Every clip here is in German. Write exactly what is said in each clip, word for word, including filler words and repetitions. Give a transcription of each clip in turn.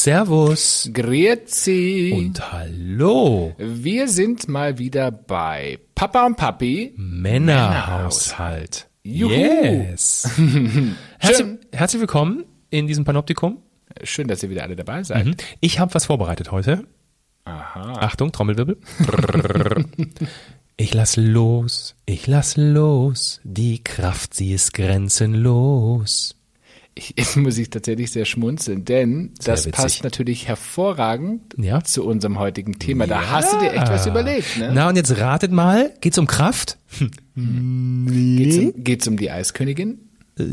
Servus. Grüezi. Und hallo. Wir sind mal wieder bei Papa und Papi. Männerhaushalt. Juhu. Yes. herzlich, herzlich willkommen in diesem Panoptikum. Schön, dass ihr wieder alle dabei seid. Mhm. Ich habe was vorbereitet heute. Aha. Achtung, Trommelwirbel. Ich lass los, ich lass los, die Kraft, sie ist grenzenlos. Ich, jetzt muss ich tatsächlich sehr schmunzeln, denn Sehr das witzig. passt natürlich hervorragend Ja. zu unserem heutigen Thema. Da Ja. hast du dir echt was überlegt, ne? Na und jetzt ratet mal, geht's um Kraft? Geht's um, geht's um die Eiskönigin?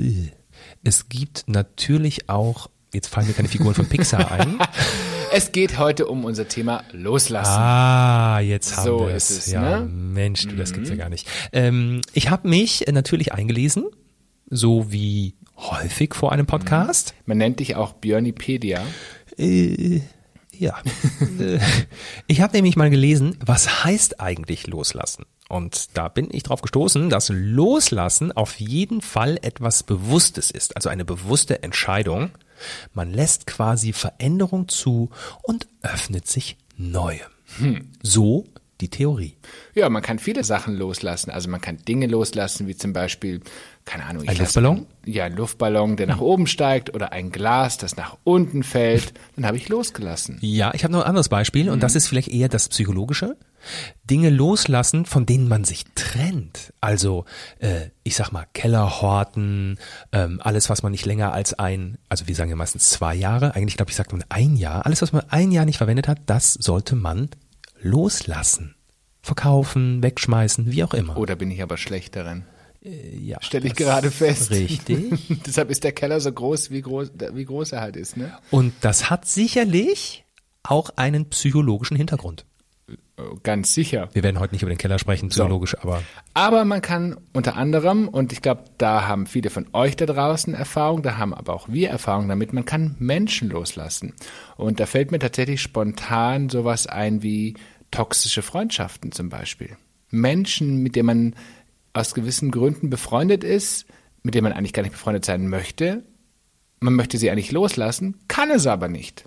Es gibt natürlich auch, jetzt fallen mir keine Figuren von Pixar ein. Es geht heute um unser Thema Loslassen. Ah, jetzt haben So wir ist es. es, Ja, ne? Mensch, du, das gibt's ja gar nicht. Ähm, ich habe mich äh, natürlich eingelesen, so wie häufig vor einem Podcast. Man nennt dich auch Björnipedia. Äh, ja. Äh, ich habe nämlich mal gelesen, was heißt eigentlich loslassen? Und da bin ich drauf gestoßen, dass Loslassen auf jeden Fall etwas Bewusstes ist, also eine bewusste Entscheidung. Man lässt quasi Veränderung zu und öffnet sich Neuem. Hm. So die Theorie. Ja, man kann viele Sachen loslassen. Also man kann Dinge loslassen, wie zum Beispiel, keine Ahnung. Ich Ein lass- Luftballon? Ja, ein Luftballon, der nach oben steigt oder ein Glas, das nach unten fällt. Dann habe ich losgelassen. Ja, ich habe noch ein anderes Beispiel und das ist vielleicht eher das Psychologische. Dinge loslassen, von denen man sich trennt. Also, äh, ich sag mal, Kellerhorten, ähm, alles, was man nicht länger als ein, also wir sagen ja meistens zwei Jahre, eigentlich glaube ich sagt man ein Jahr, alles, was man ein Jahr nicht verwendet hat, das sollte man loslassen. Verkaufen, wegschmeißen, wie auch immer. Oder bin ich aber schlecht darin? Ja, Stelle ich das gerade fest. Richtig. Deshalb ist der Keller so groß, wie groß, wie groß er halt ist, ne? Und das hat sicherlich auch einen psychologischen Hintergrund. Ganz sicher. Wir werden heute nicht über den Keller sprechen, psychologisch, aber Aber man kann unter anderem, und ich glaube, da haben viele von euch da draußen Erfahrung, da haben aber auch wir Erfahrung damit, man kann Menschen loslassen. Und da fällt mir tatsächlich spontan sowas ein wie toxische Freundschaften zum Beispiel. Menschen, mit denen man aus gewissen Gründen befreundet ist, mit denen man eigentlich gar nicht befreundet sein möchte. Man möchte sie eigentlich loslassen, kann es aber nicht.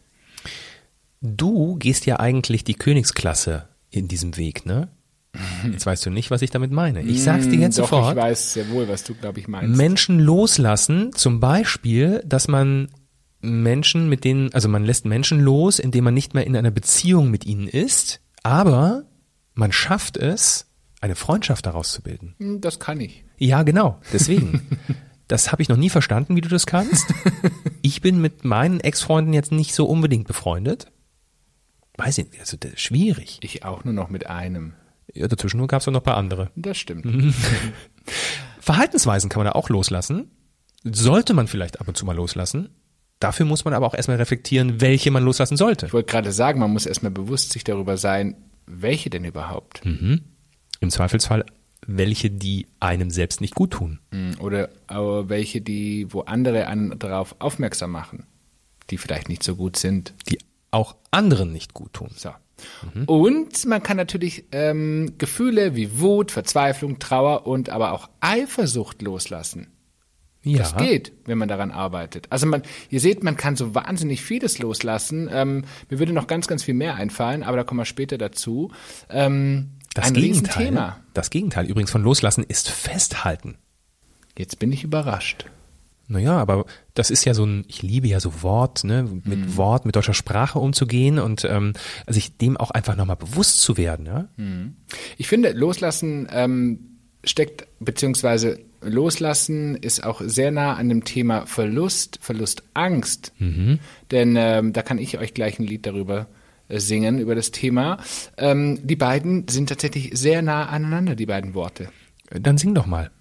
du gehst ja eigentlich die Königsklasse in diesem Weg, ne? Jetzt weißt du nicht, was ich damit meine. Ich sag's dir jetzt Doch, sofort. ich weiß sehr wohl, was du, glaube ich, meinst. Menschen loslassen, zum Beispiel, dass man Menschen, mit denen, also man lässt Menschen los, indem man nicht mehr in einer Beziehung mit ihnen ist, aber man schafft es, eine Freundschaft daraus zu bilden. Hm, Das kann ich. Ja, genau, deswegen. Das habe ich noch nie verstanden, wie du das kannst. Ich bin mit meinen Ex-Freunden jetzt nicht so unbedingt befreundet. Weiß ich nicht, also das ist schwierig. Ich auch nur noch mit einem. Ja, dazwischen gab es noch ein paar andere. Das stimmt. Verhaltensweisen kann man da auch loslassen. Sollte man vielleicht ab und zu mal loslassen. Dafür muss man aber auch erstmal reflektieren, welche man loslassen sollte. Ich wollte gerade sagen, man muss erstmal bewusst sich darüber sein, welche denn überhaupt. Im Zweifelsfall welche, die einem selbst nicht gut tun. Hm, Oder äh, welche, die, wo andere an, darauf aufmerksam machen, die vielleicht nicht so gut sind. Die auch anderen nicht gut tun. So. Und man kann natürlich ähm, Gefühle wie Wut, Verzweiflung, Trauer und aber auch Eifersucht loslassen. Ja. Das geht, wenn man daran arbeitet. Also man, ihr seht, man kann so wahnsinnig vieles loslassen. Ähm, mir würde noch ganz, ganz viel mehr einfallen, aber da kommen wir später dazu. Ähm, Das ein Gegenteil, Riesenthema. das Gegenteil übrigens von loslassen ist festhalten. Jetzt bin ich überrascht. Naja, aber das ist ja so ein, ich liebe ja so Wort, ne, mit Mhm. Wort, mit deutscher Sprache umzugehen und ähm, sich dem auch einfach nochmal bewusst zu werden. Ja? Ich finde, Loslassen ähm, steckt, beziehungsweise Loslassen ist auch sehr nah an dem Thema Verlust, Verlustangst. Denn ähm, da kann ich euch gleich ein Lied darüber äh, singen, über das Thema. Ähm, die beiden sind tatsächlich sehr nah aneinander, die beiden Worte. Dann sing doch mal.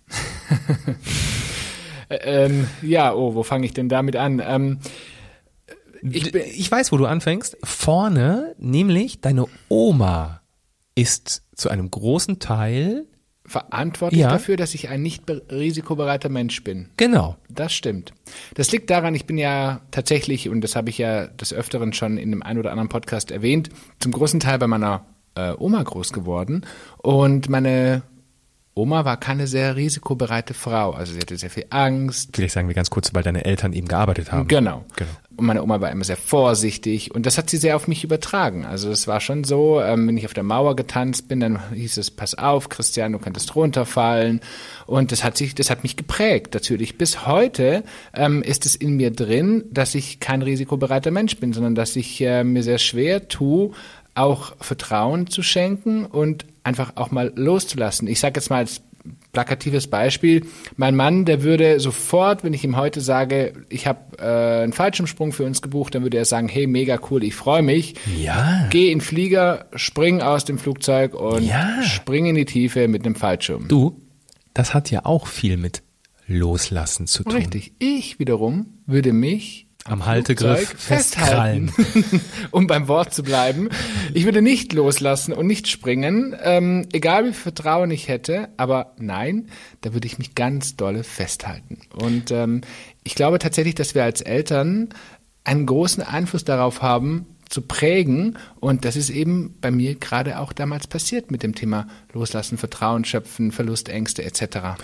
Ähm, ja, oh, wo fange ich denn damit an? Ähm, ich bin, Ich weiß, wo du anfängst. Vorne, nämlich deine Oma ist zu einem großen Teil, verantwortlich Ja. dafür, dass ich ein nicht be- risikobereiter Mensch bin. genau, Das stimmt. Das liegt daran, ich bin ja tatsächlich, und das habe ich ja des Öfteren schon in dem einen oder anderen Podcast erwähnt, zum großen Teil bei meiner äh, Oma groß geworden. Und meine Oma war keine sehr risikobereite Frau. Also sie hatte sehr viel Angst. Vielleicht sagen wir ganz kurz, weil deine Eltern eben gearbeitet haben. Genau. genau. Und meine Oma war immer sehr vorsichtig und das hat sie sehr auf mich übertragen. Also es war schon so, ähm, wenn ich auf der Mauer getanzt bin, dann hieß es, pass auf, Christian, du könntest runterfallen. Und das hat sich, das hat mich geprägt. Natürlich bis heute ähm, ist es in mir drin, dass ich kein risikobereiter Mensch bin, sondern dass ich äh, mir sehr schwer tue, auch Vertrauen zu schenken und einfach auch mal loszulassen. Ich sage jetzt mal als plakatives Beispiel, mein Mann, der würde sofort, wenn ich ihm heute sage, ich habe äh, einen Fallschirmsprung für uns gebucht, dann würde er sagen, hey, mega cool, ich freue mich. Ja. Geh in den Flieger, spring aus dem Flugzeug und ja. spring in die Tiefe mit einem Fallschirm. Du, das hat ja auch viel mit Loslassen zu tun. Richtig. Ich wiederum würde mich am Haltegriff festhalten, um beim Wort zu bleiben. Ich würde nicht loslassen und nicht springen, ähm, egal wie viel Vertrauen ich hätte, aber nein, da würde ich mich ganz dolle festhalten. Und ähm, ich glaube tatsächlich, dass wir als Eltern einen großen Einfluss darauf haben, zu prägen, und das ist eben bei mir gerade auch damals passiert mit dem Thema Loslassen, Vertrauen schöpfen, Verlustängste et cetera.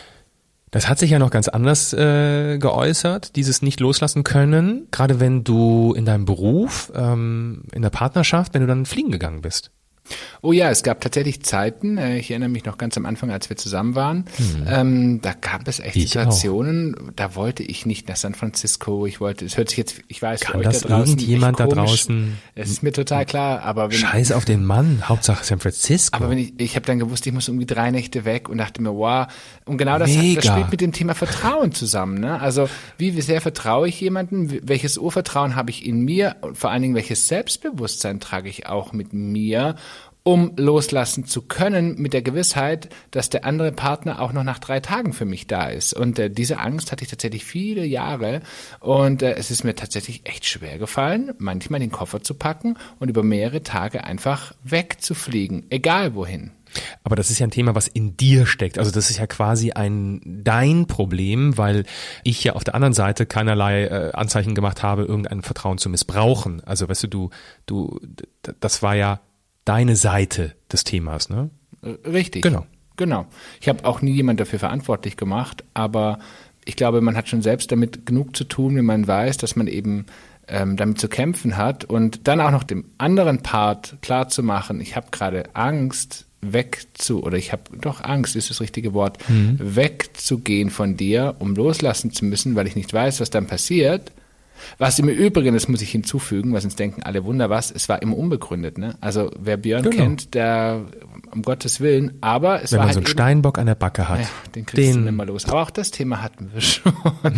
Das hat sich ja noch ganz anders äh, geäußert, dieses nicht loslassen können, gerade wenn du in deinem Beruf, ähm, in der Partnerschaft, wenn du dann fliegen gegangen bist. Oh ja, es gab tatsächlich Zeiten, äh, ich erinnere mich noch ganz am Anfang, als wir zusammen waren, mhm. ähm, da gab es echt ich Situationen, auch. Da wollte ich nicht nach San Francisco, ich wollte, es hört sich jetzt, ich weiß, kann für euch das da draußen irgendjemand da komisch, draußen? Es ist mir total klar, aber wenn, Scheiß auf den Mann, Hauptsache San Francisco. Aber wenn ich, ich habe dann gewusst, ich muss irgendwie drei Nächte weg und dachte mir, wow, und genau das, hat, das spielt mit dem Thema Vertrauen zusammen, ne? Also wie sehr vertraue ich jemandem, welches Urvertrauen habe ich in mir und vor allen Dingen welches Selbstbewusstsein trage ich auch mit mir, um loslassen zu können, mit der Gewissheit, dass der andere Partner auch noch nach drei Tagen für mich da ist. Und äh, diese Angst hatte ich tatsächlich viele Jahre, und äh, es ist mir tatsächlich echt schwer gefallen, manchmal den Koffer zu packen und über mehrere Tage einfach wegzufliegen, egal wohin. Aber das ist ja ein Thema, was in dir steckt. Also das ist ja quasi ein dein Problem, weil ich ja auf der anderen Seite keinerlei äh, Anzeichen gemacht habe, irgendein Vertrauen zu missbrauchen. Also weißt du, du, du, das war ja deine Seite des Themas, ne? Richtig. Genau. Genau. Ich habe auch nie jemand dafür verantwortlich gemacht, aber ich glaube, man hat schon selbst damit genug zu tun, wenn man weiß, dass man eben ähm, damit zu kämpfen hat, und dann auch noch dem anderen Part klar zu machen, ich habe gerade Angst, wegzu, oder ich habe doch Angst, ist das richtige Wort, mhm. wegzugehen von dir, um loslassen zu müssen, weil ich nicht weiß, was dann passiert. Was im Übrigen, das muss ich hinzufügen, weil sonst denken alle, Wunder was, es war immer unbegründet, ne? Also wer Björn genau. kennt, der, um Gottes Willen, aber es Wenn war man halt so einen eben, Steinbock an der Backe hat. Ja, den kriegst den, du nicht mehr los. Aber auch das Thema hatten wir schon.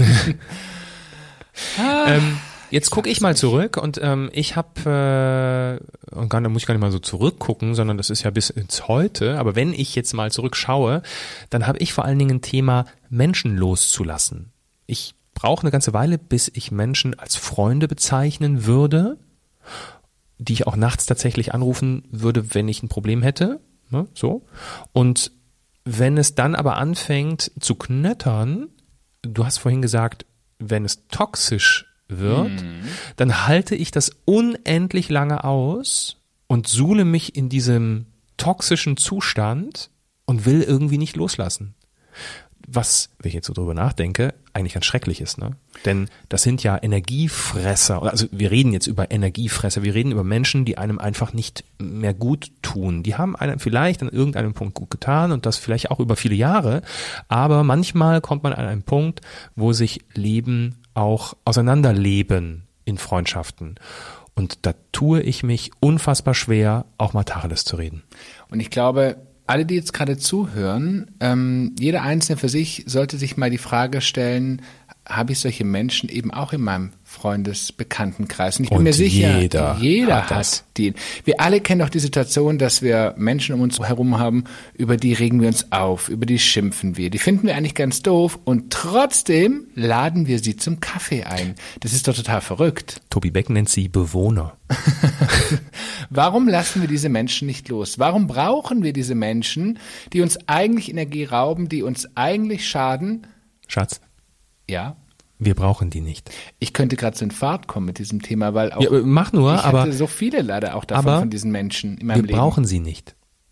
ah, ähm, jetzt gucke ich mal zurück, und ähm, ich habe, äh, und gar, da muss ich gar nicht mal so zurückgucken, sondern das ist ja bis ins Heute, aber wenn ich jetzt mal zurückschaue, dann habe ich vor allen Dingen ein Thema, Menschen loszulassen. Ich brauche eine ganze Weile, bis ich Menschen als Freunde bezeichnen würde, die ich auch nachts tatsächlich anrufen würde, wenn ich ein Problem hätte, ne, so. Und wenn es dann aber anfängt zu knöttern, du hast vorhin gesagt, wenn es toxisch wird, mhm. dann halte ich das unendlich lange aus und suhle mich in diesem toxischen Zustand und will irgendwie nicht loslassen. Was, wenn ich jetzt so drüber nachdenke, eigentlich ganz schrecklich ist, ne? Denn das sind ja Energiefresser, also wir reden jetzt über Energiefresser, wir reden über Menschen, die einem einfach nicht mehr gut tun. Die haben einem vielleicht an irgendeinem Punkt gut getan, und das vielleicht auch über viele Jahre, aber manchmal kommt man an einen Punkt, wo sich Leben auch auseinanderleben in Freundschaften. Und da tue ich mich unfassbar schwer, auch mal Tacheles zu reden. Und ich glaube, alle, die jetzt gerade zuhören, ähm, jeder Einzelne für sich sollte sich mal die Frage stellen, habe ich solche Menschen eben auch in meinem Freundesbekanntenkreis? Und ich bin und mir sicher, jeder, jeder hat, hat die. Wir alle kennen doch die Situation, dass wir Menschen um uns herum haben, über die regen wir uns auf, über die schimpfen wir. Die finden wir eigentlich ganz doof, und trotzdem laden wir sie zum Kaffee ein. Das ist doch total verrückt. Tobi Beck nennt sie Bewohner. Warum lassen wir diese Menschen nicht los? Warum brauchen wir diese Menschen, die uns eigentlich Energie rauben, die uns eigentlich schaden? Schatz. Ja. Wir brauchen die nicht. Ich könnte gerade so in Fahrt kommen mit diesem Thema, weil auch ja, mach nur, ich aber hatte so viele leider auch davon aber von diesen Menschen in meinem wir Leben. brauchen sie nicht.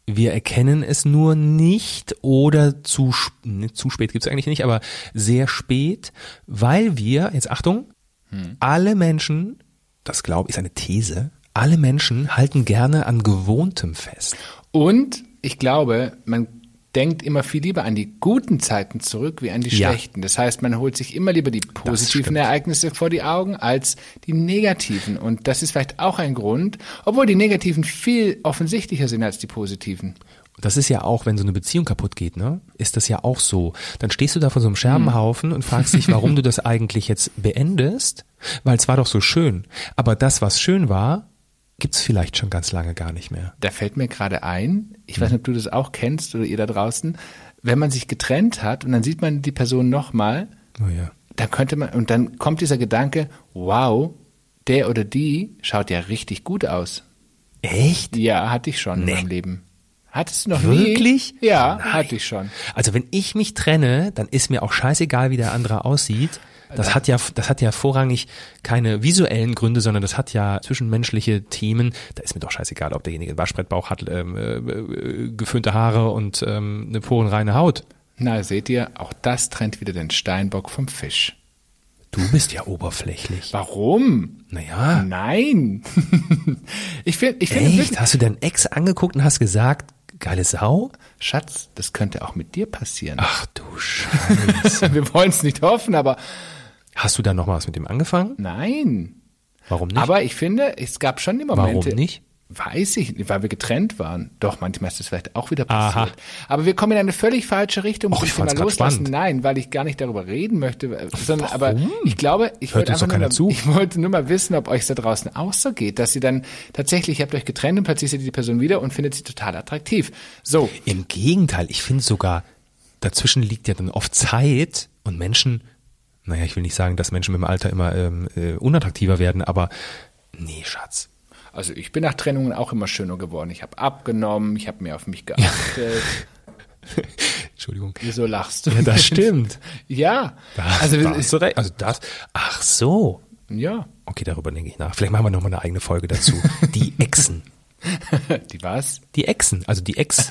Wir erkennen es nur nicht oder zu, ne, zu spät gibt's eigentlich nicht, aber sehr spät, weil wir, jetzt Achtung, hm. alle Menschen, das glaube ich ist eine These, alle Menschen halten gerne an Gewohntem fest. Und ich glaube, man denkt immer viel lieber an die guten Zeiten zurück wie an die Ja. schlechten. Das heißt, man holt sich immer lieber die positiven stimmt. Ereignisse vor die Augen als die negativen. Und das ist vielleicht auch ein Grund, obwohl die negativen viel offensichtlicher sind als die positiven. Das ist ja auch, wenn so eine Beziehung kaputt geht, ne? Ist das ja auch so. Dann stehst du da vor so einem Scherbenhaufen und fragst dich, warum du das eigentlich jetzt beendest, weil es war doch so schön. Aber das, was schön war, gibt's vielleicht schon ganz lange gar nicht mehr. Da fällt mir gerade ein, ich weiß nicht, ob du das auch kennst oder ihr da draußen, wenn man sich getrennt hat und dann sieht man die Person nochmal, Oh ja. dann könnte man, und dann kommt dieser Gedanke, wow, der oder die schaut ja richtig gut aus. Echt? Ja, hatte ich schon Nee. in meinem Leben. Hattest du noch nie? Wirklich? Ja, Nein. hatte ich schon. Also wenn ich mich trenne, dann ist mir auch scheißegal, wie der andere aussieht. Das hat ja, das hat ja vorrangig keine visuellen Gründe, sondern das hat ja zwischenmenschliche Themen. Da ist mir doch scheißegal, ob derjenige einen Waschbrettbauch hat, ähm, äh, geföhnte Haare und ähm, eine porenreine Haut. Na, seht ihr, auch das trennt wieder den Steinbock vom Fisch. Du bist ja oberflächlich. Warum? Naja, Nein. ich finde, ich finde echt? wirklich, Hast du deinen Ex angeguckt und hast gesagt, geile Sau? Schatz, das könnte auch mit dir passieren. Ach du Scheiße. Wir wollen es nicht hoffen, aber Hast du dann noch mal was mit ihm angefangen? nein. Warum nicht? Aber ich finde, es gab schon die Momente. Warum nicht? Weiß ich nicht, weil wir getrennt waren. Doch, manchmal ist das vielleicht auch wieder Aha. passiert. Aber wir kommen in eine völlig falsche Richtung. Och, zum ich fand's Thema grad loslassen. spannend. Nein, weil ich gar nicht darüber reden möchte. Sondern, Warum? aber ich glaube, ich Hört wollte uns doch einfach nur keiner mal, zu. ich wollte nur mal wissen, ob euch da draußen auch so geht, dass ihr dann tatsächlich, ihr habt euch getrennt und plötzlich seht ihr die Person wieder und findet sie total attraktiv. So. Im Gegenteil, ich finde sogar, dazwischen liegt ja dann oft Zeit und Menschen, naja, ich will nicht sagen, dass Menschen mit dem Alter immer ähm, äh, unattraktiver werden, aber nee, Schatz. Also ich bin nach Trennungen auch immer schöner geworden. Ich habe abgenommen, ich habe mehr auf mich geachtet. Entschuldigung. Wieso lachst du? Ja, das stimmt. Ja. Das, also, da hast du recht. Also das, ach so. ja. Okay, darüber denke ich nach. Vielleicht machen wir nochmal eine eigene Folge dazu. Die Echsen. Die was? Die Echsen, also die Ex.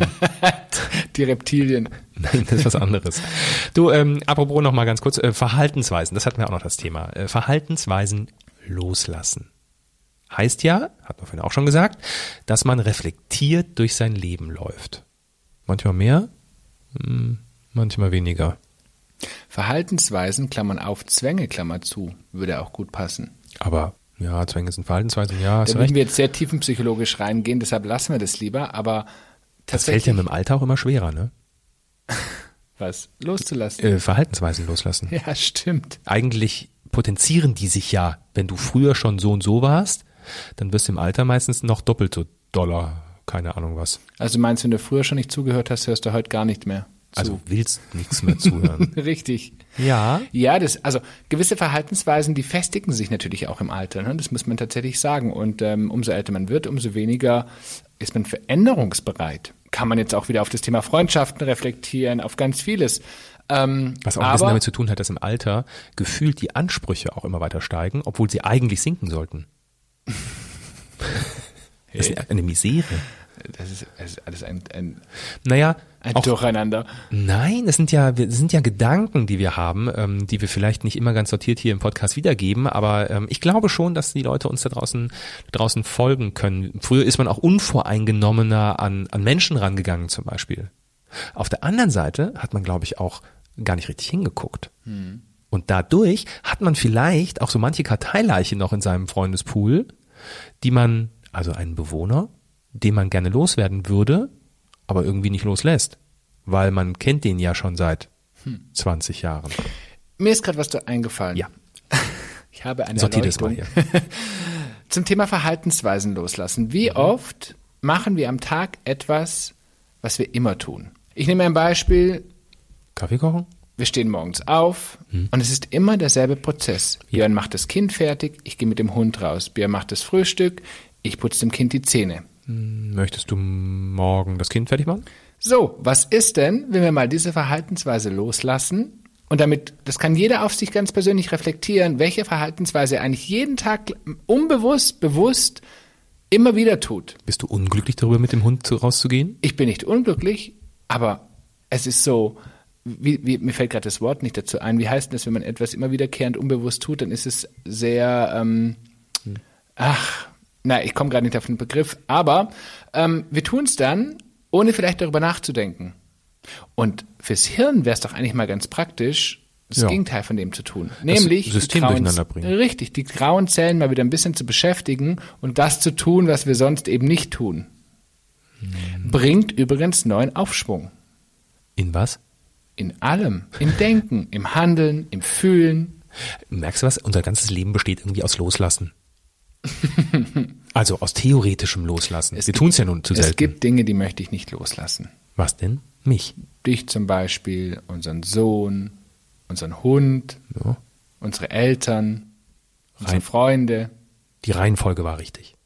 Die Reptilien. Nein, das ist was anderes. Du, ähm, apropos noch mal ganz kurz, äh, Verhaltensweisen, das hatten wir auch noch das Thema. Äh, Verhaltensweisen loslassen. Heißt ja, hat man vorhin auch schon gesagt, dass man reflektiert durch sein Leben läuft. Manchmal mehr, mh, manchmal weniger. Verhaltensweisen, Klammern auf, Zwänge, Klammer zu, würde auch gut passen. Aber ja, Zwänge sind Verhaltensweisen, ja, hast Da du würden recht. wir jetzt sehr tiefenpsychologisch reingehen, deshalb lassen wir das lieber, aber Das fällt tatsächlich ja mit dem Alter auch immer schwerer, ne? was loszulassen. Äh, Verhaltensweisen loslassen. Ja, stimmt. Eigentlich potenzieren die sich ja, wenn du früher schon so und so warst, dann wirst du im Alter meistens noch doppelt so doller, keine Ahnung was. Also meinst du, wenn du früher schon nicht zugehört hast, hörst du heute gar nicht mehr zu? Also willst nichts mehr zuhören. Richtig. Ja. Ja, das, also gewisse Verhaltensweisen, die festigen sich natürlich auch im Alter. Ne? Das muss man tatsächlich sagen. Und ähm, umso älter man wird, umso weniger ist man veränderungsbereit. Kann man jetzt auch wieder auf das Thema Freundschaften reflektieren, auf ganz vieles. Ähm, Was auch ein aber, bisschen damit zu tun hat, dass im Alter gefühlt die Ansprüche auch immer weiter steigen, obwohl sie eigentlich sinken sollten. Das ist eine Misere. Das ist, das ist alles ein, ein, Naja, ein auch, Durcheinander. nein, das sind ja, das sind ja Gedanken, die wir haben, ähm, die wir vielleicht nicht immer ganz sortiert hier im Podcast wiedergeben, aber ähm, ich glaube schon, dass die Leute uns da draußen, draußen folgen können. Früher ist man auch unvoreingenommener an, an Menschen rangegangen zum Beispiel. Auf der anderen Seite hat man, glaube ich, auch gar nicht richtig hingeguckt. Hm. Und dadurch hat man vielleicht auch so manche Karteileiche noch in seinem Freundespool, die man, also einen Bewohner, den man gerne loswerden würde, aber irgendwie nicht loslässt. Weil man kennt den ja schon seit hm. zwanzig Jahren. Mir ist gerade was da eingefallen. Ja. Ich habe eine Sortier das mal Erleuchtung. hier. Zum Thema Verhaltensweisen loslassen. Wie mhm. oft machen wir am Tag etwas, was wir immer tun? Ich nehme ein Beispiel. Kaffee kochen? Wir stehen morgens auf hm. und es ist immer derselbe Prozess. Ja. Björn macht das Kind fertig, ich gehe mit dem Hund raus. Björn macht das Frühstück, ich putze dem Kind die Zähne. Möchtest du morgen das Kind fertig machen? So, was ist denn, wenn wir mal diese Verhaltensweise loslassen? Und damit, das kann jeder auf sich ganz persönlich reflektieren, welche Verhaltensweise er eigentlich jeden Tag unbewusst, bewusst immer wieder tut. Bist du unglücklich darüber, mit dem Hund zu, rauszugehen? Ich bin nicht unglücklich, aber es ist so, wie, wie, mir fällt gerade das Wort nicht dazu ein. Wie heißt denn das, wenn man etwas immer wiederkehrend unbewusst tut, dann ist es sehr, ähm, hm. ach, na, ich komme gerade nicht auf den Begriff, aber ähm, wir tun es dann, ohne vielleicht darüber nachzudenken. Und fürs Hirn wäre es doch eigentlich mal ganz praktisch, das ja. Gegenteil von dem zu tun. Nämlich das System die grauen, durcheinander bringen. Richtig, die grauen Zellen mal wieder ein bisschen zu beschäftigen und das zu tun, was wir sonst eben nicht tun. Hm. Bringt übrigens neuen Aufschwung. In was? In allem. Im Denken, im Handeln, im Fühlen. Merkst du was? Unser ganzes Leben besteht irgendwie aus Loslassen. Also aus theoretischem Loslassen. Es wir tun es ja nun zu selten. Es gibt Dinge, die möchte ich nicht loslassen. Was denn? Mich? Dich zum Beispiel, unseren Sohn, unseren Hund, ja. unsere Eltern, unsere Rein- Freunde. Die Reihenfolge war richtig.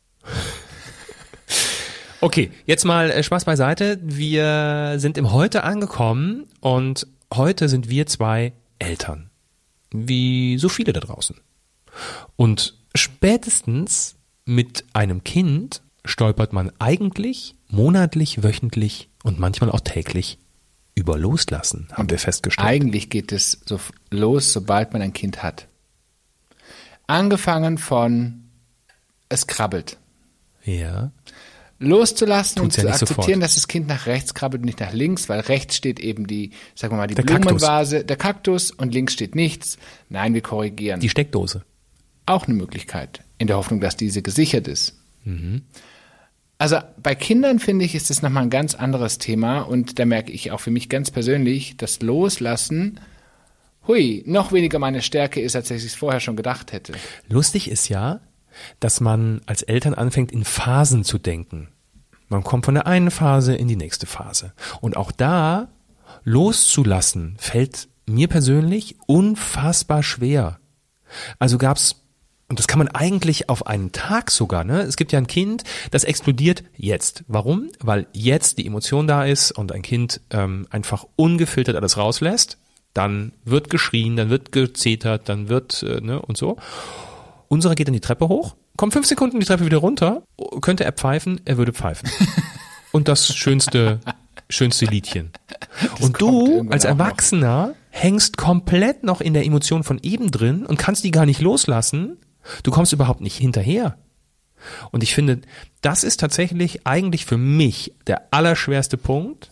Okay, jetzt mal äh, Spaß beiseite. Wir sind im Heute angekommen und heute sind wir zwei Eltern. Wie so viele da draußen. Und spätestens mit einem Kind stolpert man eigentlich monatlich, wöchentlich und manchmal auch täglich über Loslassen, haben Und wir festgestellt. Eigentlich geht es so los, sobald man ein Kind hat. Angefangen von, es krabbelt. Ja. Loszulassen und Tut's ja zu nicht akzeptieren, sofort. dass das Kind nach rechts krabbelt und nicht nach links, weil rechts steht eben die, sagen wir mal, die Der Blumenvase, der Kaktus und links steht nichts. Nein, wir korrigieren. Die Steckdose. Auch eine Möglichkeit, in der Hoffnung, dass diese gesichert ist. Mhm. Also bei Kindern, finde ich, ist das nochmal ein ganz anderes Thema und da merke ich auch für mich ganz persönlich, das Loslassen, hui, noch weniger meine Stärke ist, als ich es vorher schon gedacht hätte. Lustig ist ja, dass man als Eltern anfängt, in Phasen zu denken. Man kommt von der einen Phase in die nächste Phase. Und auch da loszulassen, fällt mir persönlich unfassbar schwer. Also gab's, und das kann man eigentlich auf einen Tag sogar, ne? Es gibt ja ein Kind, das explodiert jetzt. Warum? Weil jetzt die Emotion da ist und ein Kind ähm, einfach ungefiltert alles rauslässt. Dann wird geschrien, dann wird gezetert, dann wird, äh, ne, und so. Unserer geht dann die Treppe hoch, kommt fünf Sekunden die Treppe wieder runter, könnte er pfeifen, er würde pfeifen. Und das schönste, schönste Liedchen. Das Und kommt du irgendwann als auch noch. Erwachsener hängst komplett noch in der Emotion von eben drin und kannst die gar nicht loslassen. Du kommst überhaupt nicht hinterher. Und ich finde, das ist tatsächlich eigentlich für mich der allerschwerste Punkt,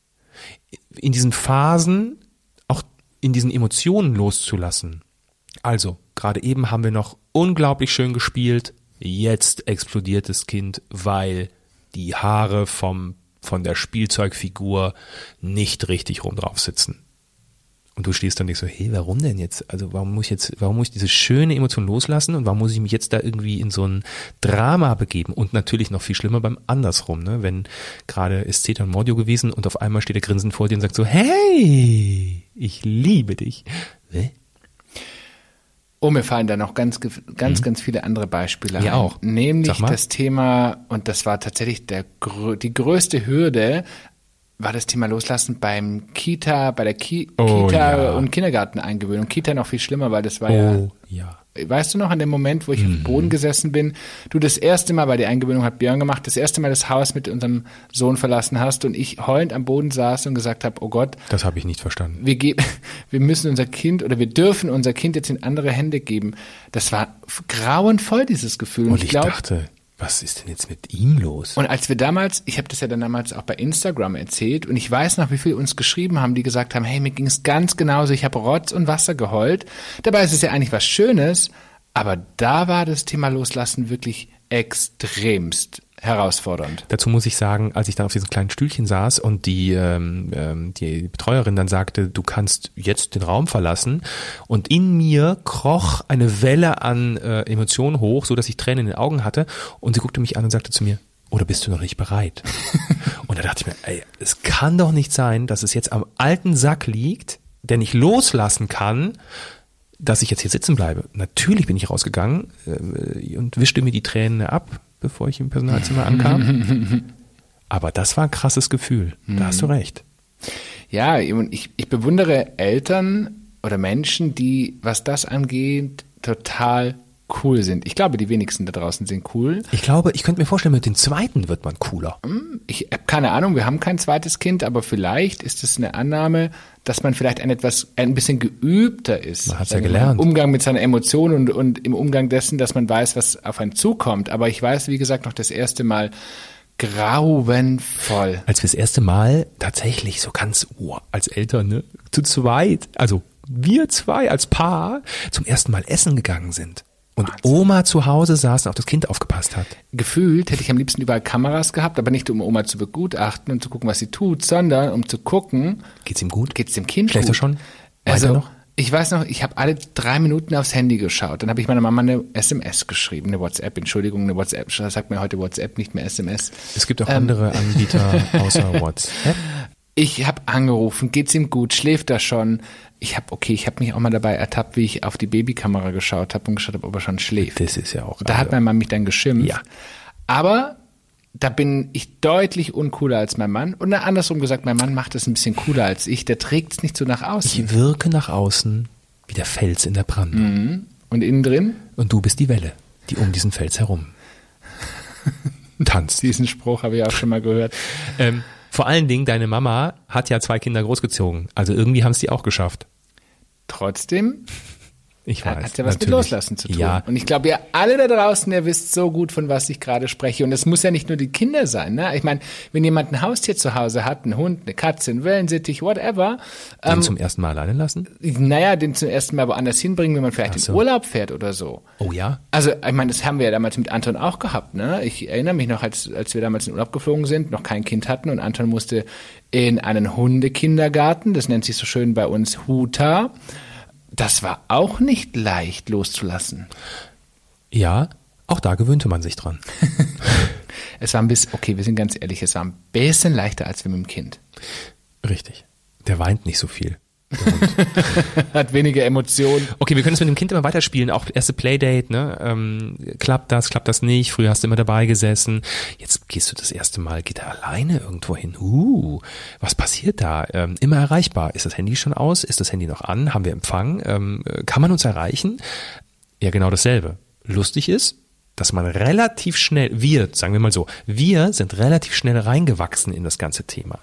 in diesen Phasen auch in diesen Emotionen loszulassen. Also, gerade eben haben wir noch unglaublich schön gespielt. Jetzt explodiert das Kind, weil die Haare vom, von der Spielzeugfigur nicht richtig rum drauf sitzen. Und du stehst dann nicht so, hey, warum denn jetzt? Also warum muss ich jetzt, warum muss ich diese schöne Emotion loslassen und warum muss ich mich jetzt da irgendwie in so ein Drama begeben? Und natürlich noch viel schlimmer beim andersrum, ne? Wenn gerade ist Zeta und Mordio gewesen und auf einmal steht er grinsend vor dir und sagt so, hey, ich liebe dich. Ne? Oh, mir fallen da noch ganz, ganz, mhm. ganz viele andere Beispiele ja, ein. auch. Nämlich das Thema, und das war tatsächlich der, die größte Hürde, war das Thema Loslassen beim Kita, bei der Ki- oh, Kita- ja. und Kindergarteneingewöhnung. Kita noch viel schlimmer, weil das war oh, ja, ja, weißt du noch, an dem Moment, wo ich mhm. auf dem Boden gesessen bin, du das erste Mal, weil die Eingewöhnung hat Björn gemacht, das erste Mal das Haus mit unserem Sohn verlassen hast und ich heulend am Boden saß und gesagt habe, oh Gott. Das habe ich nicht verstanden. Wir, ge- wir müssen unser Kind oder wir dürfen unser Kind jetzt in andere Hände geben. Das war grauenvoll, dieses Gefühl. Und, und ich, ich glaub, dachte, was ist denn jetzt mit ihm los? Und als wir damals, ich habe das ja dann damals auch bei Instagram erzählt und ich weiß noch, wie viele uns geschrieben haben, die gesagt haben, hey, mir ging es ganz genauso, ich habe Rotz und Wasser geheult. Dabei ist es ja eigentlich was Schönes, aber da war das Thema Loslassen wirklich extremst herausfordernd. Dazu muss ich sagen, als ich da auf diesem kleinen Stühlchen saß und die, ähm, die Betreuerin dann sagte, du kannst jetzt den Raum verlassen und in mir kroch eine Welle an äh, Emotionen hoch, so dass ich Tränen in den Augen hatte und sie guckte mich an und sagte zu mir, oder bist du noch nicht bereit? Und da dachte ich mir, ey, es kann doch nicht sein, dass es jetzt am alten Sack liegt, der nicht loslassen kann, dass ich jetzt hier sitzen bleibe. Natürlich bin ich rausgegangen äh, und wischte mir die Tränen ab, bevor ich im Personalzimmer ankam. Aber das war ein krasses Gefühl. Da hast du recht. Ja, ich, ich bewundere Eltern oder Menschen, die, was das angeht, total cool sind. Ich glaube, die wenigsten da draußen sind cool. Ich glaube, ich könnte mir vorstellen, mit dem zweiten wird man cooler. Ich habe keine Ahnung, wir haben kein zweites Kind, aber vielleicht ist es eine Annahme, dass man vielleicht ein etwas ein bisschen geübter ist. Man hat's ja gelernt. Im Umgang mit seiner Emotion und, und im Umgang dessen, dass man weiß, was auf einen zukommt. Aber ich weiß, wie gesagt, noch das erste Mal grauenvoll. Als wir das erste Mal tatsächlich so ganz, oh, als Eltern, ne, zu zweit, also wir zwei als Paar zum ersten Mal essen gegangen sind. Und Wahnsinn. Oma zu Hause saß und auf das Kind aufgepasst hat. Gefühlt hätte ich am liebsten überall Kameras gehabt, aber nicht um Oma zu begutachten und zu gucken, was sie tut, sondern um zu gucken, geht's ihm gut? Geht's dem Kind Schläft gut? er schon? Weiter Also noch? Ich weiß noch, ich habe alle drei Minuten aufs Handy geschaut. Dann habe ich meiner Mama eine S M S geschrieben, eine WhatsApp, Entschuldigung, eine WhatsApp. Sagt mir heute WhatsApp, nicht mehr S M S. Es gibt auch ähm, andere Anbieter außer WhatsApp. Ich habe angerufen, geht's ihm gut, schläft er schon? Ich habe, okay, ich habe mich auch mal dabei ertappt, wie ich auf die Babykamera geschaut habe und geschaut habe, ob er schon schläft. Das ist ja auch. Da also, hat meine Mama mich dann geschimpft. Ja. Aber da bin ich deutlich uncooler als mein Mann. Und andersrum gesagt, mein Mann macht es ein bisschen cooler als ich. Der trägt es nicht so nach außen. Ich wirke nach außen wie der Fels in der Brandung. Mhm. Und innen drin? Und du bist die Welle, die um diesen Fels herum tanzt. Diesen Spruch habe ich auch schon mal gehört. Ähm, vor allen Dingen, deine Mama hat ja zwei Kinder großgezogen. Also irgendwie haben es die auch geschafft. Trotzdem ich weiß, hat ja was natürlich. mit Loslassen zu tun. Ja. Und ich glaube, ihr alle da draußen, ihr wisst so gut, von was ich gerade spreche. Und es muss ja nicht nur die Kinder sein. Ne? Ich meine, wenn jemand ein Haustier zu Hause hat, einen Hund, eine Katze, einen Wellensittich, whatever. Den ähm, zum ersten Mal alleine lassen? Naja, den zum ersten Mal woanders hinbringen, wenn man vielleicht so. in Urlaub fährt oder so. Oh ja? Also, ich meine, das haben wir ja damals mit Anton auch gehabt. Ne? Ich erinnere mich noch, als, als wir damals in Urlaub geflogen sind, noch kein Kind hatten und Anton musste in einen Hundekindergarten, das nennt sich so schön bei uns Huta. Das war auch nicht leicht loszulassen. Ja, auch da gewöhnte man sich dran. Es war ein bisschen, okay, wir sind ganz ehrlich, es war ein bisschen leichter als mit dem Kind. Richtig. Der weint nicht so viel. Hat weniger Emotionen. Okay, wir können es mit dem Kind immer weiterspielen, auch erste Playdate, ne? Ähm, klappt das, klappt das nicht? Früher hast du immer dabei gesessen. Jetzt gehst du das erste Mal, geht er alleine irgendwo hin? Uh, was passiert da? Ähm, immer erreichbar. Ist das Handy schon aus? Ist das Handy noch an? Haben wir Empfang? Ähm, kann man uns erreichen? Ja, genau dasselbe. Lustig ist, dass man relativ schnell, wir, sagen wir mal so, wir sind relativ schnell reingewachsen in das ganze Thema.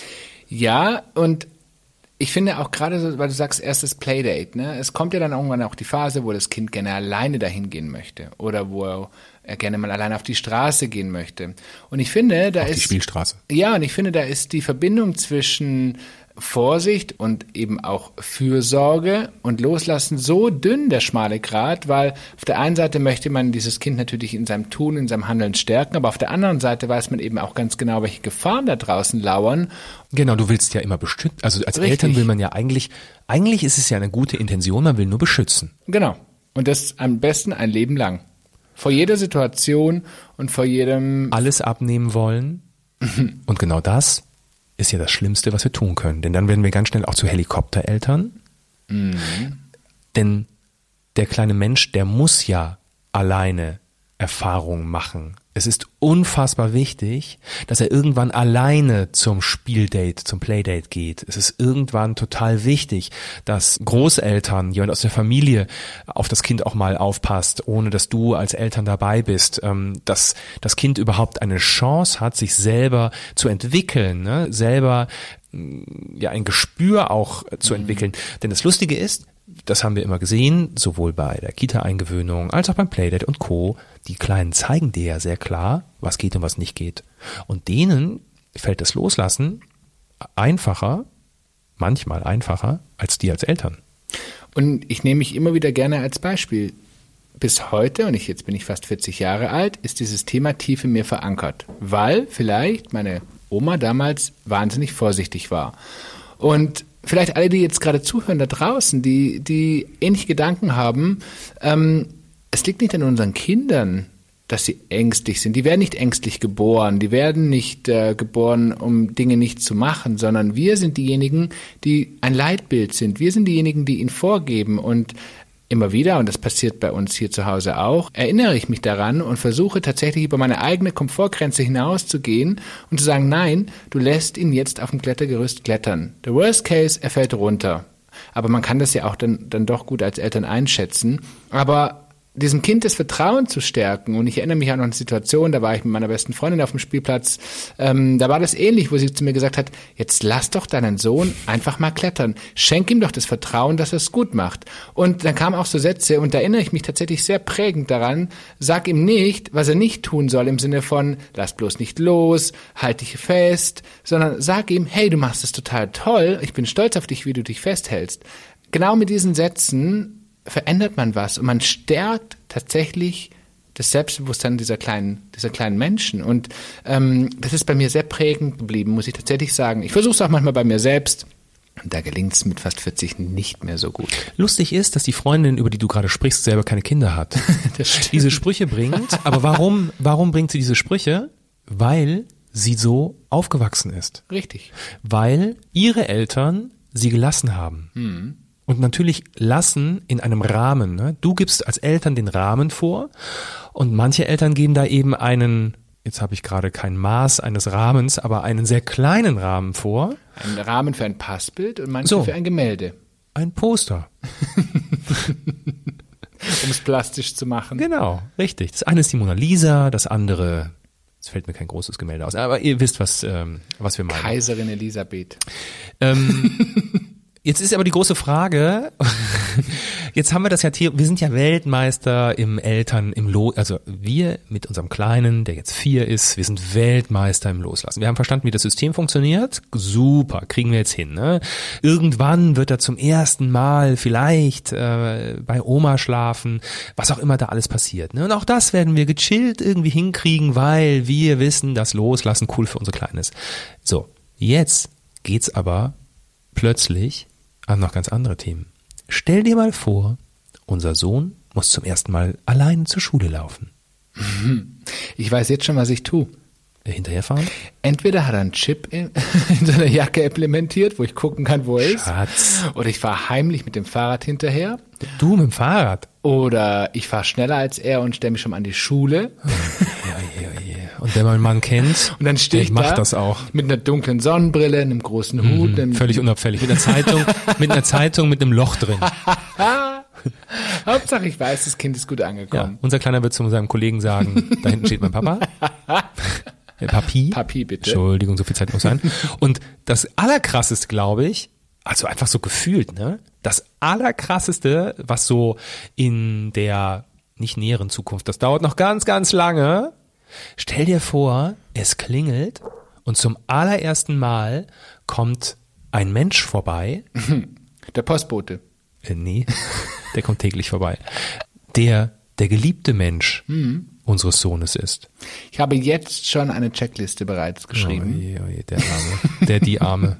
Ja, und ich finde auch gerade, so, weil du sagst, erstes Playdate, ne? Es kommt ja dann irgendwann auch die Phase, wo das Kind gerne alleine dahin gehen möchte oder wo er gerne mal alleine auf die Straße gehen möchte. Und ich finde, da auf ist die Spielstraße. Ja, und ich finde, da ist die Verbindung zwischen Vorsicht und eben auch Fürsorge und Loslassen so dünn, der schmale Grat, weil auf der einen Seite möchte man dieses Kind natürlich in seinem Tun, in seinem Handeln stärken, aber auf der anderen Seite weiß man eben auch ganz genau, welche Gefahren da draußen lauern. Genau, du willst ja immer beschützen, also als Richtig. Eltern will man ja eigentlich, eigentlich ist es ja eine gute Intention, man will nur beschützen. Genau. Und das am besten ein Leben lang. Vor jeder Situation und vor jedem... Alles abnehmen wollen und genau das ist ja das Schlimmste, was wir tun können. Denn dann werden wir ganz schnell auch zu Helikoptereltern. Mhm. Denn der kleine Mensch, der muss ja alleine Erfahrungen machen. Es ist unfassbar wichtig, dass er irgendwann alleine zum Spieldate, zum Playdate geht. Es ist irgendwann total wichtig, dass Großeltern, jemand aus der Familie auf das Kind auch mal aufpasst, ohne dass du als Eltern dabei bist, dass das Kind überhaupt eine Chance hat, sich selber zu entwickeln, ne? selber ja ein Gespür auch zu entwickeln. Mhm. Denn das Lustige ist, das haben wir immer gesehen, sowohl bei der Kita-Eingewöhnung als auch beim Playdate und Co. Die Kleinen zeigen dir ja sehr klar, was geht und was nicht geht. Und denen fällt das Loslassen einfacher, manchmal einfacher, als die als Eltern. Und ich nehme mich immer wieder gerne als Beispiel. Bis heute, und ich, jetzt bin ich fast vierzig Jahre alt, ist dieses Thema tief in mir verankert. Weil vielleicht meine Oma damals wahnsinnig vorsichtig war. Und vielleicht alle, die jetzt gerade zuhören da draußen, die, die ähnliche Gedanken haben, ähm, es liegt nicht an unseren Kindern, dass sie ängstlich sind. Die werden nicht ängstlich geboren, die werden nicht äh, geboren, um Dinge nicht zu machen, sondern wir sind diejenigen, die ein Leitbild sind. Wir sind diejenigen, die ihnen vorgeben und immer wieder, und das passiert bei uns hier zu Hause auch, erinnere ich mich daran und versuche tatsächlich über meine eigene Komfortgrenze hinauszugehen und zu sagen, nein, du lässt ihn jetzt auf dem Klettergerüst klettern. Der Worst Case, er fällt runter. Aber man kann das ja auch dann, dann doch gut als Eltern einschätzen. Aber diesem Kind das Vertrauen zu stärken. Und ich erinnere mich auch noch an eine Situation, da war ich mit meiner besten Freundin auf dem Spielplatz, ähm, da war das ähnlich, wo sie zu mir gesagt hat, jetzt lass doch deinen Sohn einfach mal klettern. Schenk ihm doch das Vertrauen, dass er es gut macht. Und dann kamen auch so Sätze, und da erinnere ich mich tatsächlich sehr prägend daran, sag ihm nicht, was er nicht tun soll, im Sinne von, lass bloß nicht los, halt dich fest, sondern sag ihm, hey, du machst es total toll, ich bin stolz auf dich, wie du dich festhältst. Genau mit diesen Sätzen verändert man was und man stärkt tatsächlich das Selbstbewusstsein dieser kleinen, dieser kleinen Menschen. Und ähm, das ist bei mir sehr prägend geblieben, muss ich tatsächlich sagen. Ich versuche es auch manchmal bei mir selbst. Und da gelingt es mit fast vierzig nicht mehr so gut. Lustig ist, dass die Freundin, über die du gerade sprichst, selber keine Kinder hat. Das stimmt. Diese Sprüche bringt. Aber warum, warum bringt sie diese Sprüche? Weil sie so aufgewachsen ist. Richtig. Weil ihre Eltern sie gelassen haben. Mhm. Und natürlich lassen in einem Rahmen. Ne? Du gibst als Eltern den Rahmen vor und manche Eltern geben da eben einen, jetzt habe ich gerade kein Maß eines Rahmens, aber einen sehr kleinen Rahmen vor. Ein Rahmen für ein Passbild und manche So. für ein Gemälde. Ein Poster. Um es plastisch zu machen. Genau, richtig. Das eine ist die Mona Lisa, das andere, es fällt mir kein großes Gemälde aus, aber ihr wisst, was, ähm, was wir meinen. Kaiserin Elisabeth. Ähm, Jetzt ist aber die große Frage, jetzt haben wir das ja, wir sind ja Weltmeister im Eltern, im Lo, also wir mit unserem Kleinen, der jetzt vier ist, wir sind Weltmeister im Loslassen. Wir haben verstanden, wie das System funktioniert. Super, kriegen wir jetzt hin. Ne? Irgendwann wird er zum ersten Mal vielleicht äh, bei Oma schlafen, was auch immer da alles passiert. Ne? Und auch das werden wir gechillt irgendwie hinkriegen, weil wir wissen, dass Loslassen cool für unsere Kleinen ist. So, jetzt geht's aber plötzlich an noch ganz andere Themen. Stell dir mal vor, unser Sohn muss zum ersten Mal allein zur Schule laufen. Ich weiß jetzt schon, was ich tue. Hinterherfahren? Entweder hat er einen Chip in, in seiner Jacke implementiert, wo ich gucken kann, wo er ist. Schatz. Oder ich fahre heimlich mit dem Fahrrad hinterher. Du mit dem Fahrrad? Oder ich fahre schneller als er und stelle mich schon mal an die Schule. Ja, ja, ja. Und wenn man einen Mann kennt, und dann stehe ich macht da das auch. Mit einer dunklen Sonnenbrille, einem großen Hut. Mhm, einem völlig unauffällig. Mit einer Zeitung, mit einer Zeitung mit einem Loch drin. Hauptsache ich weiß, das Kind ist gut angekommen. Ja, unser Kleiner wird zu seinem Kollegen sagen, da hinten steht mein Papa. Papi. Papi, bitte. Entschuldigung, so viel Zeit muss sein. Und das Allerkrasseste, glaube ich, also einfach so gefühlt, ne? Das Allerkrasseste, was so in der nicht näheren Zukunft, das dauert noch ganz, ganz lange. Stell dir vor, es klingelt und zum allerersten Mal kommt ein Mensch vorbei. Der Postbote. Äh, nee, der kommt täglich vorbei. Der, der geliebte Mensch mhm. unseres Sohnes ist. Ich habe jetzt schon eine Checkliste bereits geschrieben. Oh je, oh je, der Arme, der die Arme.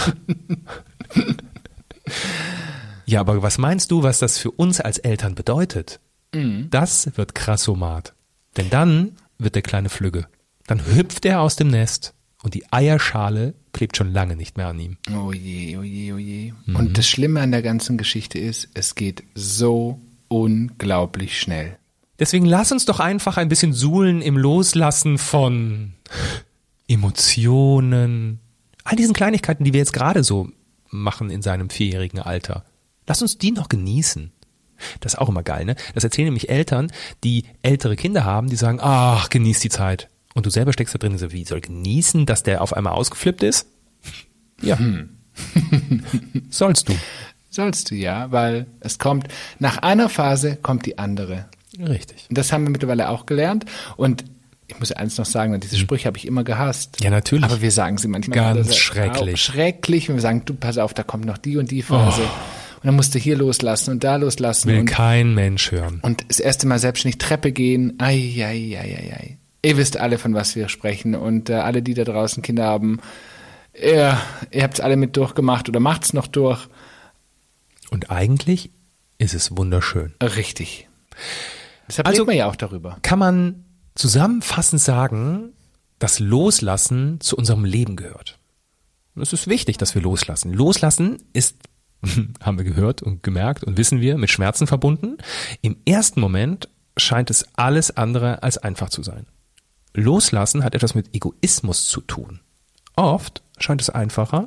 Ja, aber was meinst du, was das für uns als Eltern bedeutet? Mhm. Das wird krassomat. Denn dann wird der kleine Flügge. Dann hüpft er aus dem Nest und die Eierschale klebt schon lange nicht mehr an ihm. Oh je, oh je, oh je. Mhm. Und das Schlimme an der ganzen Geschichte ist, es geht so unglaublich schnell. Deswegen lass uns doch einfach ein bisschen suhlen im Loslassen von Emotionen, all diesen Kleinigkeiten, die wir jetzt gerade so machen in seinem vierjährigen Alter. Lass uns die noch genießen. Das ist auch immer geil, ne? Das erzählen nämlich Eltern, die ältere Kinder haben, die sagen, ach, genieß die Zeit. Und du selber steckst da drin und so, wie soll genießen, dass der auf einmal ausgeflippt ist? Ja. Hm. Sollst du. Sollst du, ja, weil es kommt, nach einer Phase kommt die andere. Richtig. Das haben wir mittlerweile auch gelernt. Und ich muss ja eins noch sagen, diese Sprüche habe ich immer gehasst. Ja, natürlich. Aber wir sagen sie manchmal. Ganz also, schrecklich. Schrecklich. Und wir sagen, du, pass auf, da kommt noch die und die Phase. Oh. Und dann musst du hier loslassen und da loslassen. Will und, kein Mensch hören. Und das erste Mal selbstständig Treppe gehen. Ei, ei, ei, ei, ei. Ihr wisst alle, von was wir sprechen. Und äh, alle, die da draußen Kinder haben, ihr, ihr habt es alle mit durchgemacht oder macht es noch durch. Und eigentlich ist es wunderschön. Richtig. Deshalb also reden wir ja auch darüber. Kann man zusammenfassend sagen, dass Loslassen zu unserem Leben gehört. Und es ist wichtig, dass wir loslassen. Loslassen ist, haben wir gehört und gemerkt und wissen wir, mit Schmerzen verbunden. Im ersten Moment scheint es alles andere als einfach zu sein. Loslassen hat etwas mit Egoismus zu tun. Oft scheint es einfacher,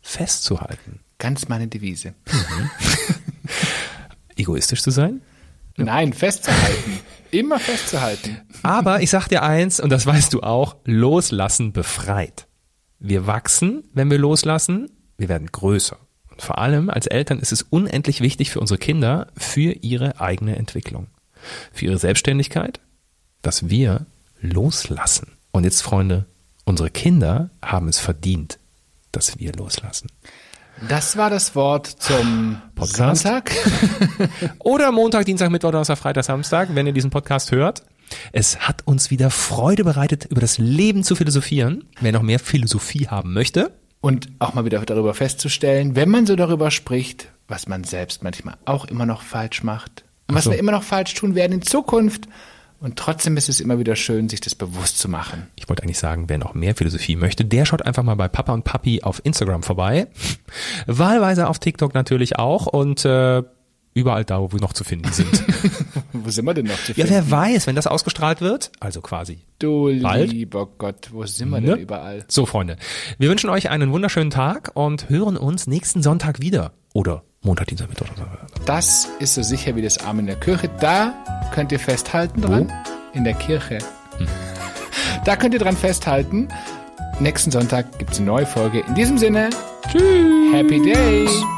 festzuhalten. Ganz meine Devise. Mhm. Egoistisch zu sein? Nein, festzuhalten. Immer festzuhalten. Aber ich sag dir eins, und das weißt du auch, loslassen befreit. Wir wachsen, wenn wir loslassen, wir werden größer. Und vor allem als Eltern ist es unendlich wichtig für unsere Kinder, für ihre eigene Entwicklung, für ihre Selbstständigkeit, dass wir loslassen. Und jetzt, Freunde, unsere Kinder haben es verdient, dass wir loslassen. Das war das Wort zum Podcast. Sonntag. Oder Montag, Dienstag, Mittwoch, Donnerstag, Freitag, Samstag, wenn ihr diesen Podcast hört. Es hat uns wieder Freude bereitet, über das Leben zu philosophieren. Wer noch mehr Philosophie haben möchte. Und auch mal wieder darüber festzustellen, wenn man so darüber spricht, was man selbst manchmal auch immer noch falsch macht. Und was Ach so. wir immer noch falsch tun werden in Zukunft. Und trotzdem ist es immer wieder schön, sich das bewusst zu machen. Ich wollte eigentlich sagen, wer noch mehr Philosophie möchte, der schaut einfach mal bei Papa und Papi auf Instagram vorbei. Wahlweise auf TikTok natürlich auch und äh, überall da, wo wir noch zu finden sind. Wo sind wir denn noch zu Ja, finden? wer weiß, wenn das ausgestrahlt wird, also quasi Du bald. lieber Gott, wo sind wir Ne? denn überall? So, Freunde, wir wünschen euch einen wunderschönen Tag und hören uns nächsten Sonntag wieder. Oder Montag, Dienstag, Mittwoch. Das ist so sicher wie das Arm in der Kirche. Da könnt ihr festhalten dran. In der Kirche. Hm. Da könnt ihr dran festhalten. Nächsten Sonntag gibt es eine neue Folge. In diesem Sinne, tschüss. Happy Day.